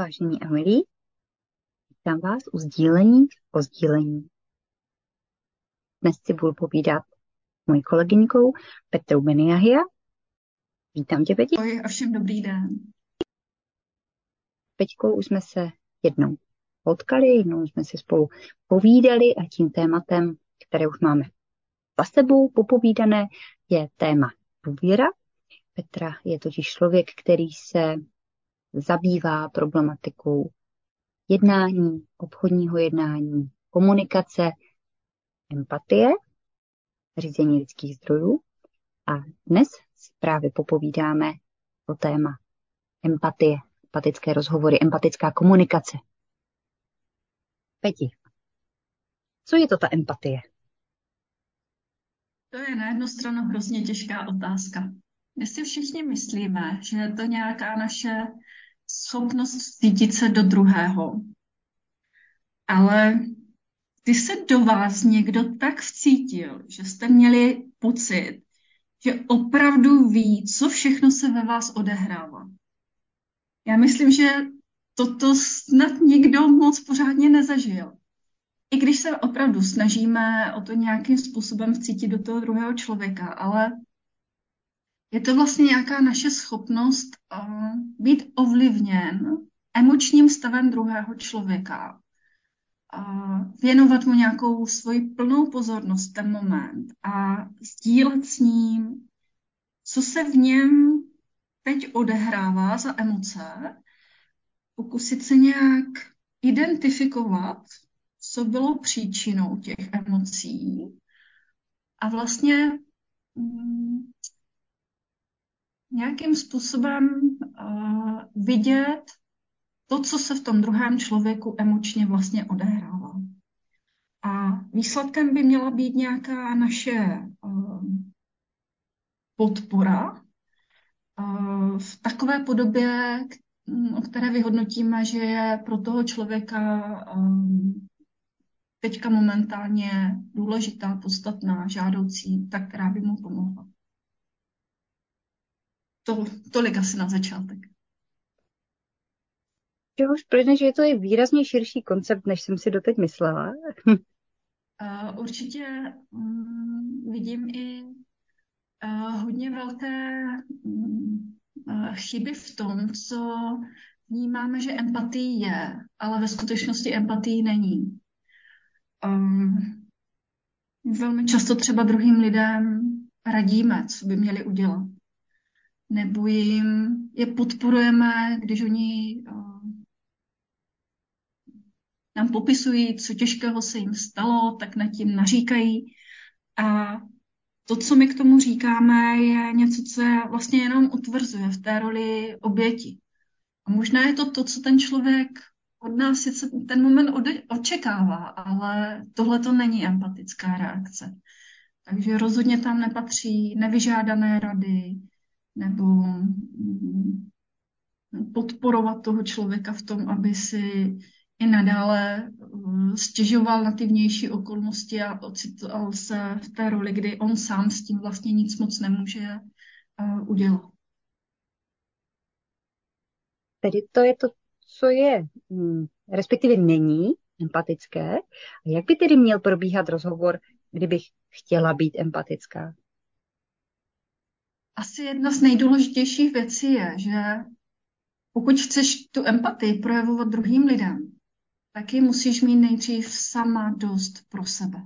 Vážení a milí, vítám vás u sdílení o sdílení. Dnes si budu povídat s mojí kolegyňkou Petrou Beniahia. Vítám tě, Peti. Ahoj a všem dobrý den. Peťkou už jsme se jednou potkali, jednou jsme si spolu povídali a tím tématem, které už máme za sebou popovídané, je téma důvěra. Petra je totiž člověk, který se zabývá problematikou jednání, obchodního jednání, komunikace, empatie, řízení lidských zdrojů. A dnes si právě popovídáme o téma empatie, empatické rozhovory, empatická komunikace. Peti, co je to ta empatie? To je na jednu stranu hrozně těžká otázka. My si všichni myslíme, že je to nějaká naše schopnost vcítit se do druhého. Ale když se do vás někdo tak vcítil, že jste měli pocit, že opravdu ví, co všechno se ve vás odehrává. Já myslím, že toto snad nikdo moc pořádně nezažil. I když se opravdu snažíme o to nějakým způsobem vcítit do toho druhého člověka, ale je to vlastně nějaká naše schopnost být ovlivněn emočním stavem druhého člověka. Věnovat mu nějakou svoji plnou pozornost v ten moment a sdílet s ním, co se v něm teď odehrává za emoce, pokusit se nějak identifikovat, co bylo příčinou těch emocí a vlastně nějakým způsobem vidět to, co se v tom druhém člověku emočně vlastně odehrává. A výsledkem by měla být nějaká naše podpora v takové podobě, o které vyhodnotíme, že je pro toho člověka teďka momentálně důležitá, podstatná, žádoucí, ta, která by mu pomohla. Tolik asi na začátek. Už plyne, že to je výrazně širší koncept, než jsem si doteď myslela. Určitě vidím i hodně velké chyby v tom, co vnímáme, že empatii je, ale ve skutečnosti empatii není. Velmi často třeba druhým lidem radíme, co by měli udělat. Nebo je podporujeme, když oni nám popisují, co těžkého se jim stalo, tak nad tím naříkají. A to, co my k tomu říkáme, je něco, co je vlastně jenom utvrzuje v té roli oběti. A možná je to to, co ten člověk od nás sice ten moment očekává, ale tohle to není empatická reakce. Takže rozhodně tam nepatří nevyžádané rady nebo podporovat toho člověka v tom, aby si i nadále stěžoval na ty vnější okolnosti a ocitl se v té roli, kdy on sám s tím vlastně nic moc nemůže udělat. Tedy to je to, co je, respektive není empatické. A jak by tedy měl probíhat rozhovor, kdybych chtěla být empatická? Asi jedna z nejdůležitějších věcí je, že pokud chceš tu empatii projevovat druhým lidem, tak ji musíš mít nejdřív sama dost pro sebe.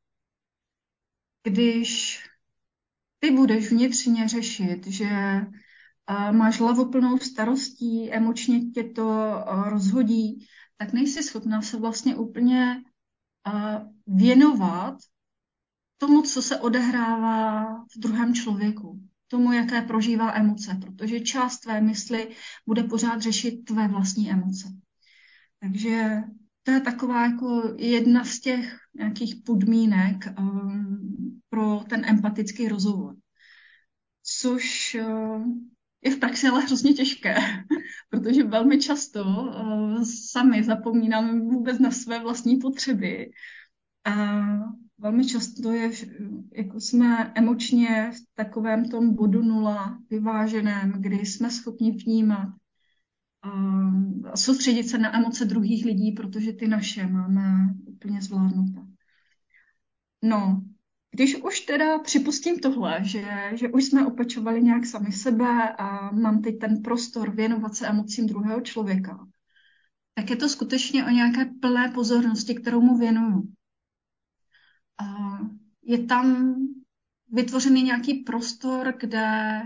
Když ty budeš vnitřně řešit, že máš hlavu plnou starostí, emočně tě to rozhodí, tak nejsi schopná se vlastně úplně věnovat tomu, co se odehrává v druhém člověku, tomu, jaké prožívá emoce, protože část tvé mysli bude pořád řešit tvé vlastní emoce. Takže to je taková jako jedna z těch nějakých podmínek pro ten empatický rozhovor. Což je v praxi ale hrozně těžké, protože velmi často sami zapomínáme vůbec na své vlastní potřeby. A velmi často je, jako jsme emočně v takovém tom bodu nula vyváženém, kdy jsme schopni vnímat a soustředit se na emoce druhých lidí, protože ty naše máme úplně zvládnuté. No, když už teda připustím tohle, že už jsme opečovali nějak sami sebe a mám teď ten prostor věnovat se emocím druhého člověka, tak je to skutečně o nějaké plné pozornosti, kterou mu věnuju. A je tam vytvořený nějaký prostor, kde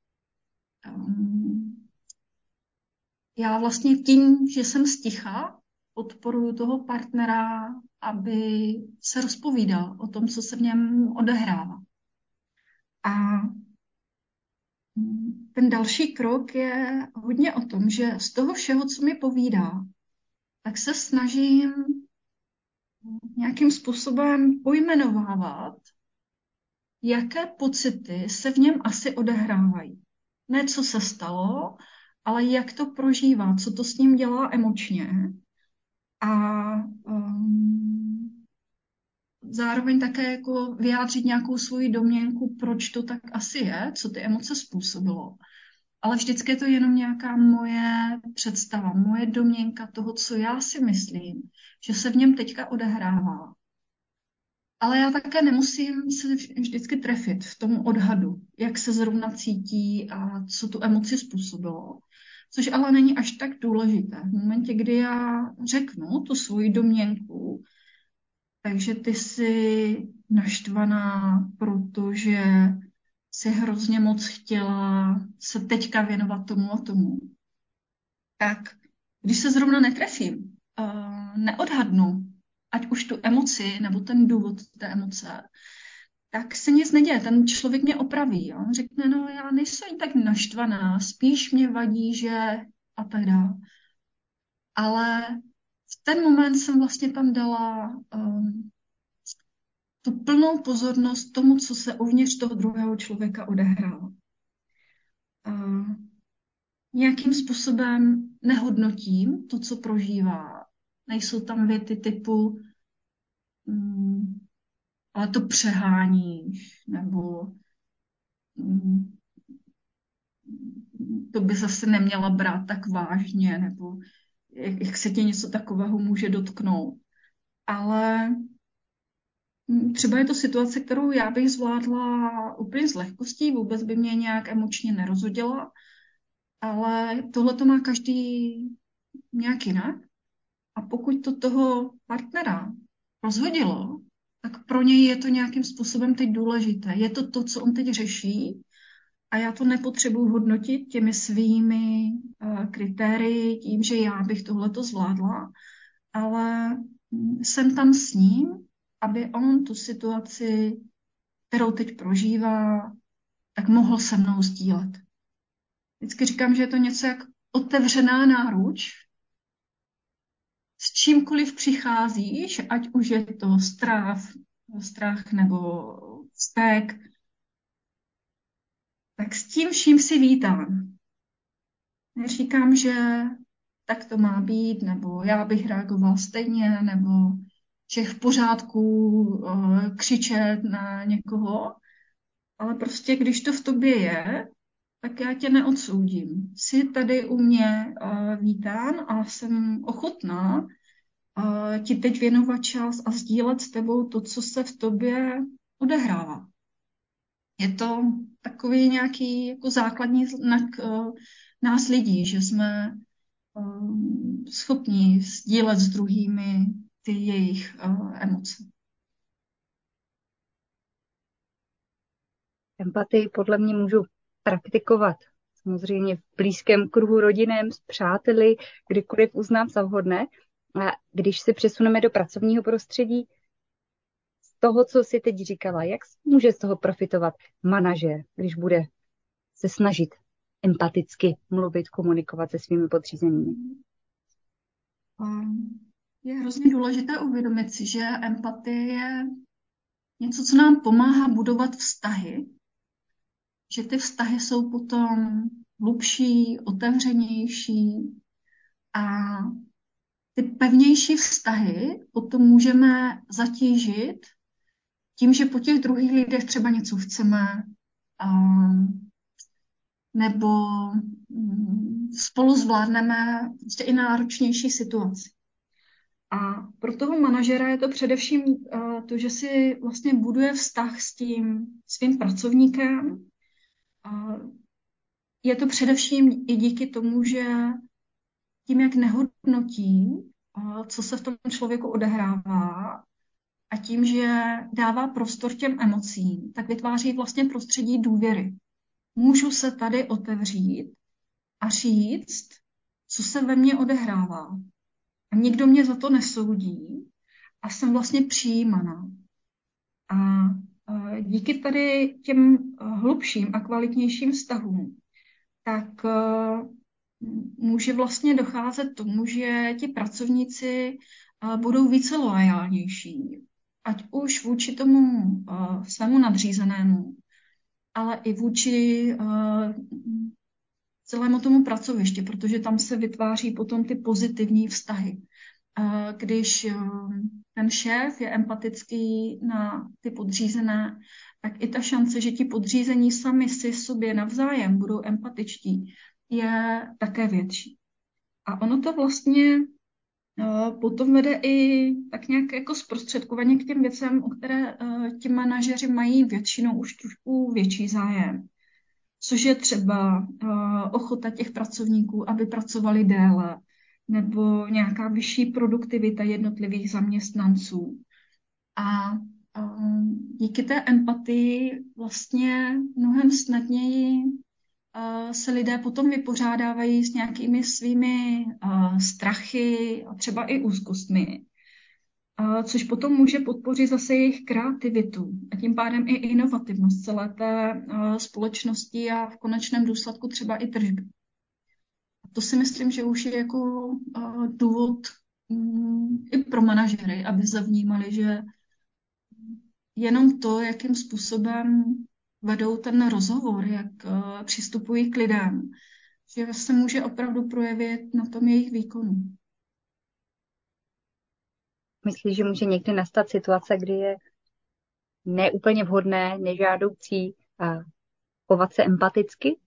já vlastně tím, že jsem sticha, podporuju toho partnera, aby se rozpovídal o tom, co se v něm odehrává. A ten další krok je hodně o tom, že z toho všeho, co mi povídá, tak se snažím nějakým způsobem pojmenovávat, jaké pocity se v něm asi odehrávají. Ne, co se stalo, ale jak to prožívá, co to s ním dělá emočně. A zároveň také jako vyjádřit nějakou svoji domněnku, proč to tak asi je, co ty emoce způsobilo. Ale vždycky je to jenom nějaká moje představa, moje domněnka toho, co já si myslím, že se v něm teďka odehrává. Ale já také nemusím se vždycky trefit v tom odhadu, jak se zrovna cítí a co tu emoci způsobilo. Což ale není až tak důležité. V momentě, kdy já řeknu tu svoji domněnku, takže ty jsi naštvaná, protože si hrozně moc chtěla se teďka věnovat tomu a tomu. Tak když se zrovna netrefím, neodhadnu, ať už tu emoci nebo ten důvod té emoce, tak se nic neděje. Ten člověk mě opraví. On řekne, no já nejsem tak naštvaná, spíš mě vadí, že a tak dále. Ale v ten moment jsem vlastně tam dala tu plnou pozornost tomu, co se uvnitř toho druhého člověka odehrálo. Nějakým způsobem nehodnotím to, co prožívá. Nejsou tam věty typu ale to přeháníš, nebo to by zase neměla brát tak vážně, nebo jak se tě něco takového může dotknout. Ale třeba je to situace, kterou já bych zvládla úplně s lehkostí, vůbec by mě nějak emočně nerozhodila, ale tohle to má každý nějak jinak. A pokud to toho partnera rozhodilo, tak pro něj je to nějakým způsobem teď důležité. Je to to, co on teď řeší a já to nepotřebuji hodnotit těmi svými kritérii, tím, že já bych tohleto zvládla, ale jsem tam s ním, aby on tu situaci, kterou teď prožívá, tak mohl se mnou sdílet. Vždycky říkám, že je to něco jak otevřená náruč, s čímkoliv přicházíš, ať už je to strach nebo vztek, tak s tím vším si vítám. Neříkám, že tak to má být, nebo já bych reagoval stejně, nebo že je v pořádku křičet na někoho, ale prostě když to v tobě je, tak já tě neodsoudím. Jsi tady u mě vítán a jsem ochotná ti teď věnovat čas a sdílet s tebou to, co se v tobě odehrává. Je to takový nějaký jako základní znak nás lidí, že jsme schopni sdílet s druhými ty jejich emoce. Empatii podle mě můžu praktikovat samozřejmě v blízkém kruhu rodinném, s přáteli, kdykoliv uznám za vhodné. A když se přesuneme do pracovního prostředí, z toho, co jsi teď říkala, jak může z toho profitovat manažer, když bude se snažit empaticky mluvit, komunikovat se svými podřízenými? Je hrozně důležité uvědomit si, že empatie je něco, co nám pomáhá budovat vztahy, že ty vztahy jsou potom hlubší, otevřenější a ty pevnější vztahy potom můžeme zatížit tím, že po těch druhých lidech třeba něco chceme, nebo spolu zvládneme prostě i náročnější situaci. A pro toho manažera je to především to, že si vlastně buduje vztah s tím svým pracovníkem. Je to především i díky tomu, že tím, jak nehodnotí, co se v tom člověku odehrává, a tím, že dává prostor těm emocím, tak vytváří vlastně prostředí důvěry. Můžu se tady otevřít a říct, co se ve mně odehrává. A nikdo mě za to nesoudí a jsem vlastně přijímaná. A díky tady těm hlubším a kvalitnějším vztahům, tak může vlastně docházet tomu, že ti pracovníci budou více loajálnější, ať už vůči tomu svému nadřízenému, ale i vůči celému tomu pracovišti, protože tam se vytváří potom ty pozitivní vztahy. Když ten šéf je empatický na ty podřízené, tak i ta šance, že ti podřízení sami si sobě navzájem budou empatičtí, je také větší. A ono to vlastně potom vede i tak nějak jako zprostředkovaně k těm věcem, o které ti manažeři mají většinou už trošku větší zájem. Což je třeba ochota těch pracovníků, aby pracovali déle, nebo nějaká vyšší produktivita jednotlivých zaměstnanců. A díky té empatii vlastně mnohem snadněji se lidé potom vypořádávají s nějakými svými strachy a třeba i úzkostmi, což potom může podpořit zase jejich kreativitu a tím pádem i inovativnost celé té společnosti a v konečném důsledku třeba i tržby. A to si myslím, že už je jako důvod i pro manažery, aby zavnímali, že jenom to, jakým způsobem vedou ten rozhovor, jak přistupují k lidem, že se může opravdu projevit na tom jejich výkonu. Myslíš, že může někdy nastat situace, kdy je neúplně vhodné, nežádoucí chovat se empaticky?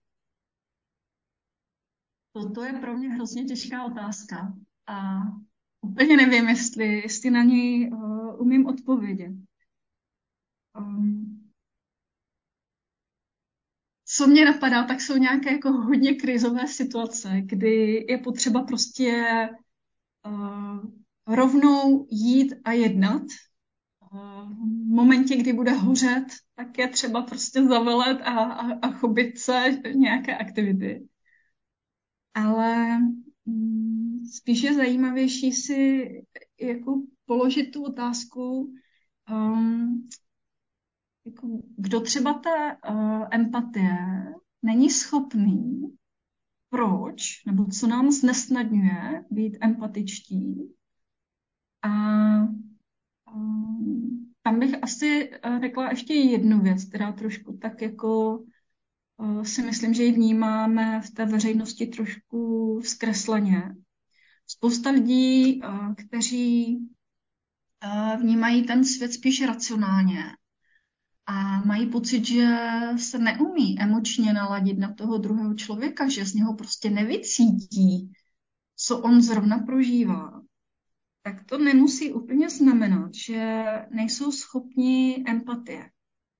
To je pro mě hrozně těžká otázka a úplně nevím, jestli na ní umím odpovědět. Co mě napadá, tak jsou nějaké jako hodně krizové situace, kdy je potřeba prostě rovnou jít a jednat. V momentě, kdy bude hořet, tak je třeba prostě zavelet a chopit se nějaké aktivity. Ale spíš je zajímavější si jako položit tu otázku, jako kdo třeba té empatie není schopný, proč, nebo co nám znesnadňuje být empatičtí. A tam bych asi řekla ještě jednu věc, která trošku tak jako si myslím, že ji vnímáme v té veřejnosti trošku zkresleně. Spousta lidí, kteří vnímají ten svět spíš racionálně a mají pocit, že se neumí emočně naladit na toho druhého člověka, že z něho prostě nevycítí, co on zrovna prožívá, tak to nemusí úplně znamenat, že nejsou schopni empatie.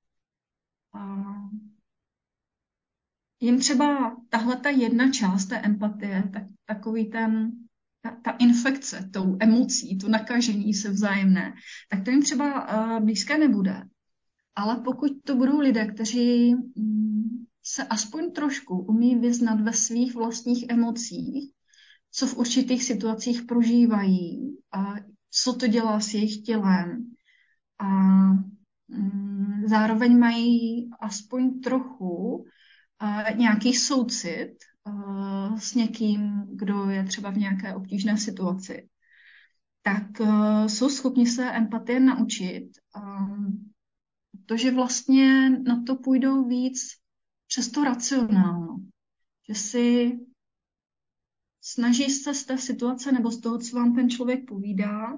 Jim třeba tahle ta jedna část té empatie, takový ta infekce tou emocí, to nakažení se vzájemné, tak to jim třeba blízké nebude. Ale pokud to budou lidé, kteří se aspoň trošku umí vyznat ve svých vlastních emocích, co v určitých situacích prožívají, a co to dělá s jejich tělem, a zároveň mají aspoň trochu nějaký soucit s někým, kdo je třeba v nějaké obtížné situaci, tak jsou schopni se empatie naučit. Protože vlastně na to půjdou víc přes to racionálno. Že si snaží se z té situace nebo z toho, co vám ten člověk povídá,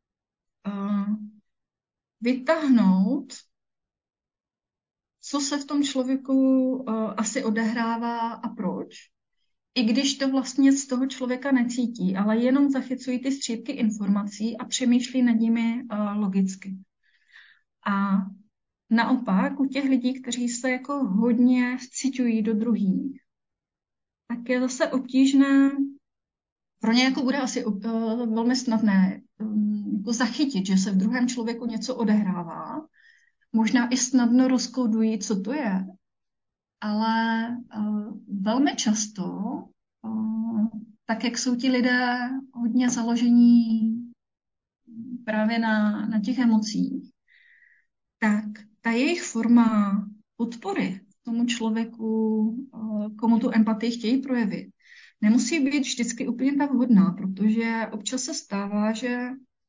vytáhnout, co se v tom člověku asi odehrává a proč. i když to vlastně z toho člověka necítí, ale jenom zachycují ty střípky informací a přemýšlí nad nimi logicky. A naopak u těch lidí, kteří se jako hodně vciťují do druhých, tak je zase obtížné, pro ně jako bude asi velmi snadné jako zachytit, že se v druhém člověku něco odehrává. Možná i snadno rozkoudují, co to je, ale velmi často, tak jak jsou ti lidé hodně založení právě na těch emocích, tak ta jejich forma podpory tomu člověku, komu tu empatii chtějí projevit, nemusí být vždycky úplně tak vhodná, protože občas se stává, že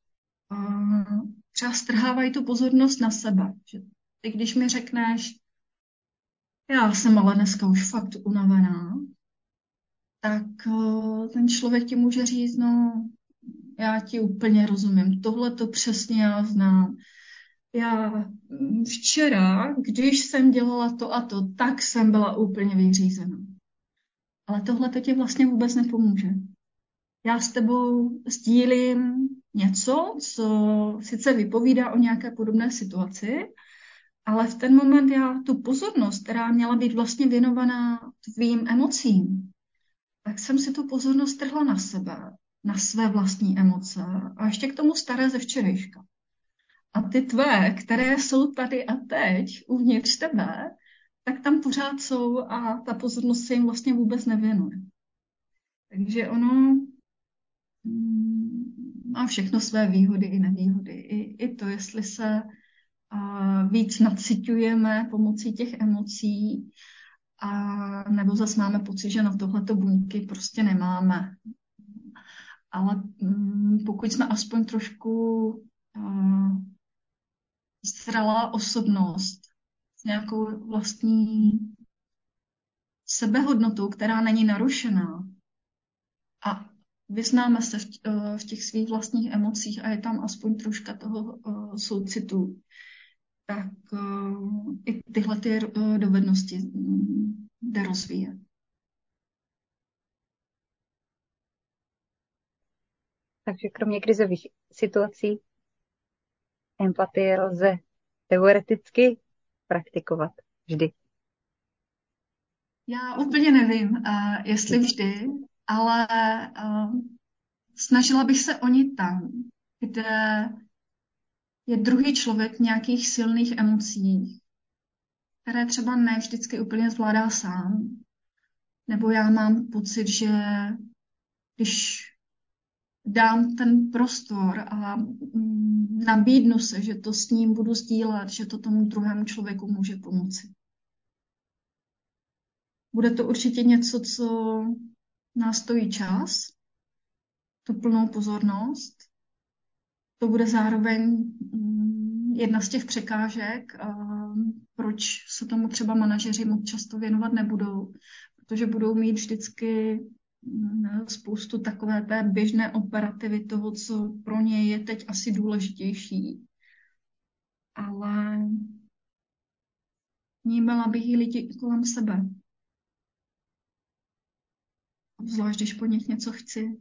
třeba strhávají tu pozornost na sebe. Že ty, když mi řekneš, já jsem ale dneska už fakt unavená, tak ten člověk ti může říct, no, já ti úplně rozumím, tohle to přesně já znám. Já včera, když jsem dělala to a to, tak jsem byla úplně vyřízená. Ale tohle to ti vlastně vůbec nepomůže. Já s tebou sdílím něco, co sice vypovídá o nějaké podobné situaci, ale v ten moment já tu pozornost, která měla být vlastně věnovaná tvým emocím, tak jsem si tu pozornost trhla na sebe, na své vlastní emoce a ještě k tomu staré ze včerejška. A ty tvé, které jsou tady a teď uvnitř tebe, tak tam pořád jsou a ta pozornost se jim vlastně vůbec nevěnuje. Takže ono má všechno své výhody i nevýhody. I to, jestli se víc naciťujeme pomocí těch emocí, a nebo zase máme pocit, že na tohleto buňky prostě nemáme. Ale pokud jsme aspoň trošku zralá osobnost s nějakou vlastní sebehodnotou, která není narušená a vyznáme se v těch svých vlastních emocích a je tam aspoň troška toho soucitu, tak i tyhle ty dovednosti jde rozvíjet. Takže kromě krizových situací empatii lze teoreticky praktikovat vždy. Já úplně nevím, jestli vždy, ale snažila bych se o ní tam, kde je druhý člověk v nějakých silných emocích, které třeba ne vždycky úplně zvládá sám. Nebo já mám pocit, že když dám ten prostor a nabídnu se, že to s ním budu sdílet, že to tomu druhému člověku může pomoci. Bude to určitě něco, co nás stojí čas, tu plnou pozornost. To bude zároveň jedna z těch překážek, proč se tomu třeba manažeři moc často věnovat nebudou, protože budou mít vždycky spoustu takové té běžné operativy toho, co pro ně je teď asi důležitější. Ale vnímala bych i lidi kolem sebe. Zvlášť, když po nich něco chci.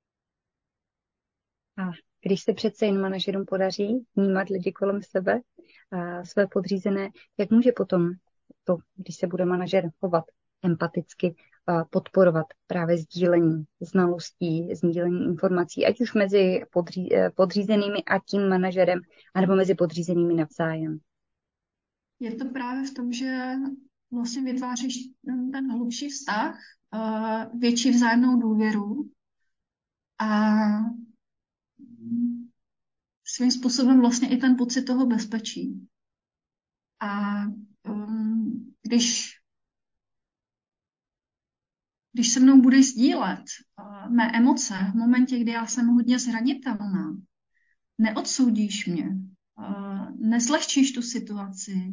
A když se přece jen manažerům podaří vnímat lidi kolem sebe a své podřízené, jak může potom to, když se bude manažer chovat empaticky, podporovat právě sdílení znalostí, sdílení informací, ať už mezi podřízenými a tím manažerem, anebo mezi podřízenými navzájem. Je to právě v tom, že vlastně vytváříš ten hlubší vztah, větší vzájemnou důvěru a svým způsobem vlastně i ten pocit toho bezpečí. A když se mnou budeš sdílet mé emoce v momentě, kdy já jsem hodně zranitelná, neodsoudíš mě, nezlehčíš tu situaci,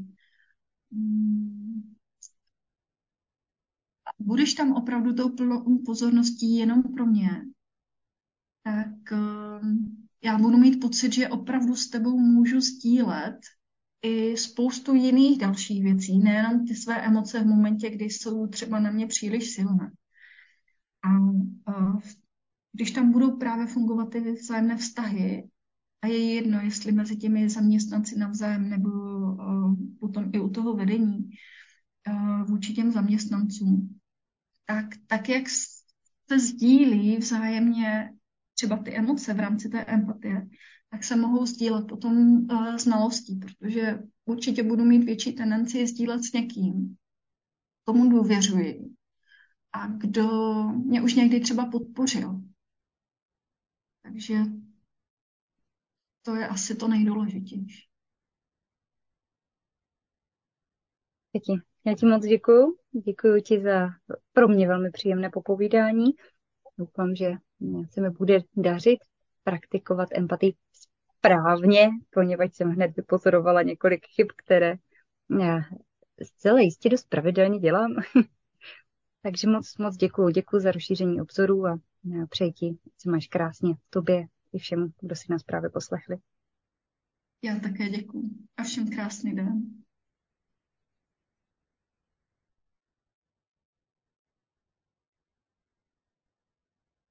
budeš tam opravdu tou plnou pozorností jenom pro mě, tak já budu mít pocit, že opravdu s tebou můžu sdílet i spoustu jiných dalších věcí, nejenom ty své emoce v momentě, kdy jsou třeba na mě příliš silné. A když tam budou právě fungovat ty vzájemné vztahy, a je jedno, jestli mezi těmi zaměstnanci navzájem nebo potom i u toho vedení vůči těm zaměstnancům, tak jak se sdílí vzájemně třeba ty emoce v rámci té empatie, tak se mohou sdílet potom znalostí, protože určitě budu mít větší tendenci je sdílet s někým, komu důvěřuji a kdo mě už někdy třeba podpořil. Takže to je asi to nejdůležitější. Já ti moc děkuju. Děkuju ti za pro mě velmi příjemné popovídání. Doufám, že se mi bude dařit praktikovat empatii správně, poněvadž jsem hned vypozorovala několik chyb, které já zcela jistě dost pravidelně dělám. Takže moc děkuju. Děkuju za rozšíření obzorů a přeji ti, co máš krásně tobě i všem, kdo si nás právě poslechli. Já také děkuju. A všem krásný den.